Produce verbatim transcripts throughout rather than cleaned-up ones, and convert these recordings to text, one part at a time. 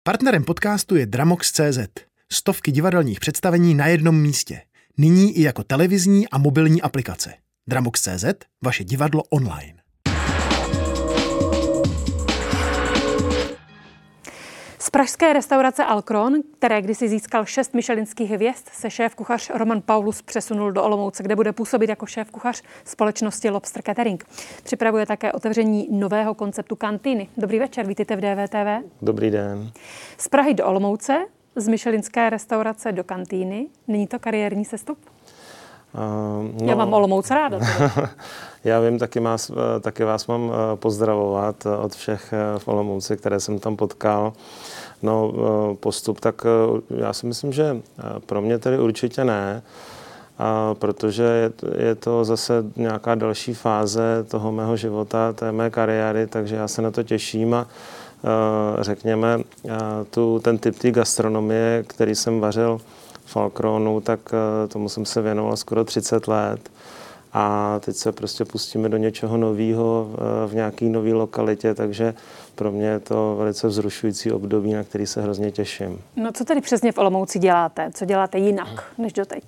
Partnerem podcastu je Dramox tečka cé zet. Stovky divadelních představení na jednom místě. Nyní i jako televizní a mobilní aplikace. Dramox tečka cé zet, vaše divadlo online. Z pražské restaurace Alcron, které kdysi získal šest michelinských hvězd, se šéf-kuchař Roman Paulus přesunul do Olomouce, kde bude působit jako šéf-kuchař společnosti Lobster Catering. Připravuje také otevření nového konceptu kantýny. Dobrý večer, vítejte v D V T V. Dobrý den. Z Prahy do Olomouce, z michelinské restaurace do kantýny. Není to kariérní sestup? Uh, no, Já mám Olomouc ráda. Já vím, taky, vás, taky vás mám pozdravovat od všech v Olomouci, které jsem tam potkal. No, postup, tak já si myslím, že pro mě tedy určitě ne, a protože je to zase nějaká další fáze toho mého života, té mé kariéry, takže já se na to těším a řekněme, tu, ten typ té gastronomie, který jsem vařil v Alcronu, tak tomu jsem se věnoval skoro třicet let. A teď se prostě pustíme do něčeho nového v nějaké nové lokalitě, takže pro mě je to velice vzrušující období, na který se hrozně těším. No co tedy přesně v Olomouci děláte? Co děláte jinak než doteď?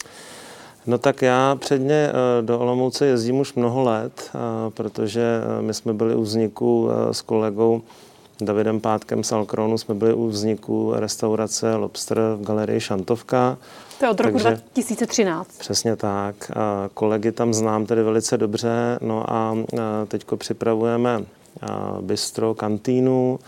No tak já předně do Olomouce jezdím už mnoho let, protože my jsme byli u vzniku s kolegou Davidem Pátkem z Alcronu, jsme byli u vzniku restaurace Lobster v galerii Šantovka. To je od roku Takže, dva tisíce třináct. Přesně tak. A kolegy tam znám tedy velice dobře. No a teďko připravujeme bistro, kantýnu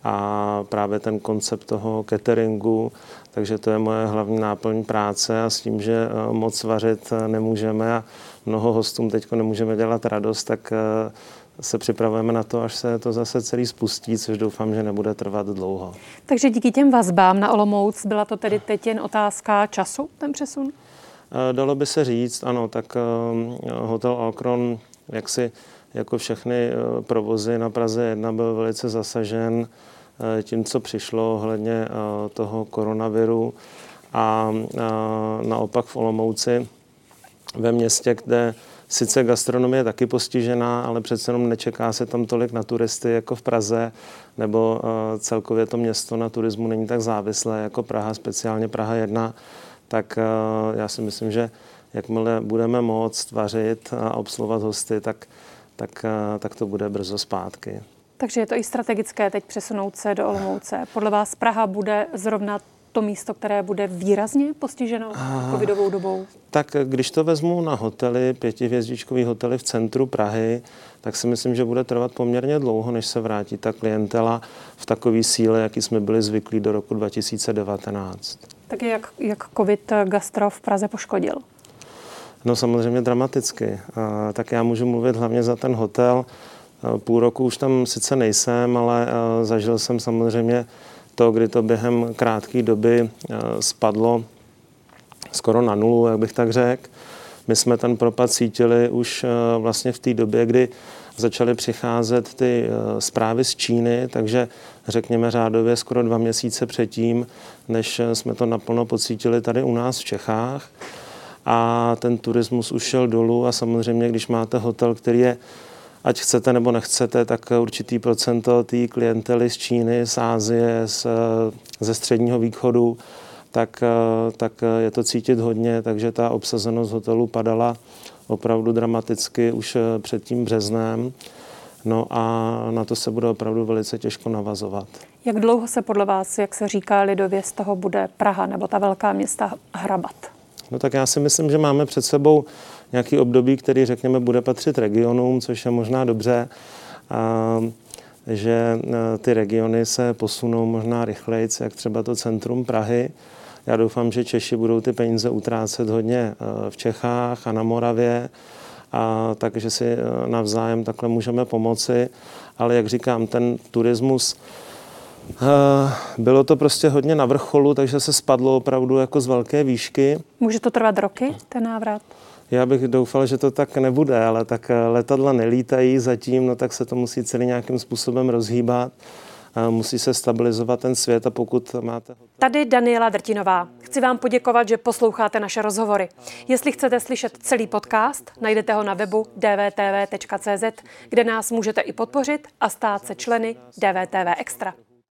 a právě ten koncept toho cateringu. Takže to je moje hlavní náplň práce a s tím, že moc vařit nemůžeme a mnoho hostům teďko nemůžeme dělat radost, tak se připravujeme na to, až se to zase celý spustí, což doufám, že nebude trvat dlouho. Takže díky těm vazbám na Olomouc byla to tedy teď jen otázka času, ten přesun? Dalo by se říct, ano, tak hotel Alcron, jaksi jako všechny provozy na Praze jedna, byl velice zasažen tím, co přišlo ohledně toho koronaviru a naopak v Olomouci, ve městě, kde sice gastronomie je taky postižená, ale přece jenom nečeká se tam tolik na turisty jako v Praze, nebo uh, celkově to město na turismu není tak závislé jako Praha, speciálně Praha jedna, tak uh, já si myslím, že jakmile budeme moct vařit a obsluhovat hosty, tak, tak, uh, tak to bude brzo zpátky. Takže je to i strategické teď přesunout se do Olomouce. Podle vás Praha bude zrovna to místo, které bude výrazně postiženo covidovou dobou? Tak když to vezmu na hotely, pětihvězdičkový hotely v centru Prahy, tak si myslím, že bude trvat poměrně dlouho, než se vrátí ta klientela v takové síle, jaký jsme byli zvyklí do roku dva tisíce devatenáct. Tak jak, jak covid gastro v Praze poškodil? No samozřejmě dramaticky. A, tak já můžu mluvit hlavně za ten hotel. A, půl roku už tam sice nejsem, ale a, zažil jsem samozřejmě to, kdy to během krátké doby spadlo skoro na nulu, jak bych tak řekl. My jsme ten propad cítili už vlastně v té době, kdy začaly přicházet ty zprávy z Číny, takže řekněme řádově skoro dva měsíce předtím, než jsme to naplno pocítili tady u nás v Čechách. A ten turismus už šel dolů a samozřejmě, když máte hotel, který je, ať chcete nebo nechcete, tak určitý procento té klientely z Číny, z Asie, z, ze středního východu, tak, tak je to cítit hodně, takže ta obsazenost hotelu padala opravdu dramaticky už před tím březnem. No a na to se bude opravdu velice těžko navazovat. Jak dlouho se podle vás, jak se říká lidově, z toho bude Praha nebo ta velká města hrabat? No tak já si myslím, že máme před sebou nějaký období, který, řekněme, bude patřit regionům, což je možná dobře, a, že ty regiony se posunou možná rychleji, jak třeba to centrum Prahy. Já doufám, že Češi budou ty peníze utrácet hodně v Čechách a na Moravě, a takže si navzájem takhle můžeme pomoci. Ale jak říkám, ten turismus, bylo to prostě hodně na vrcholu, takže se spadlo opravdu jako z velké výšky. Může to trvat roky, ten návrat? Já bych doufal, že to tak nebude, ale tak letadla nelítají zatím, no tak se to musí celý nějakým způsobem rozhýbat. Musí se stabilizovat ten svět a pokud máte... Tady Daniela Drtinová. Chci vám poděkovat, že posloucháte naše rozhovory. Jestli chcete slyšet celý podcast, najdete ho na webu d v t v tečka c z, kde nás můžete i podpořit a stát se členy D V T V Extra.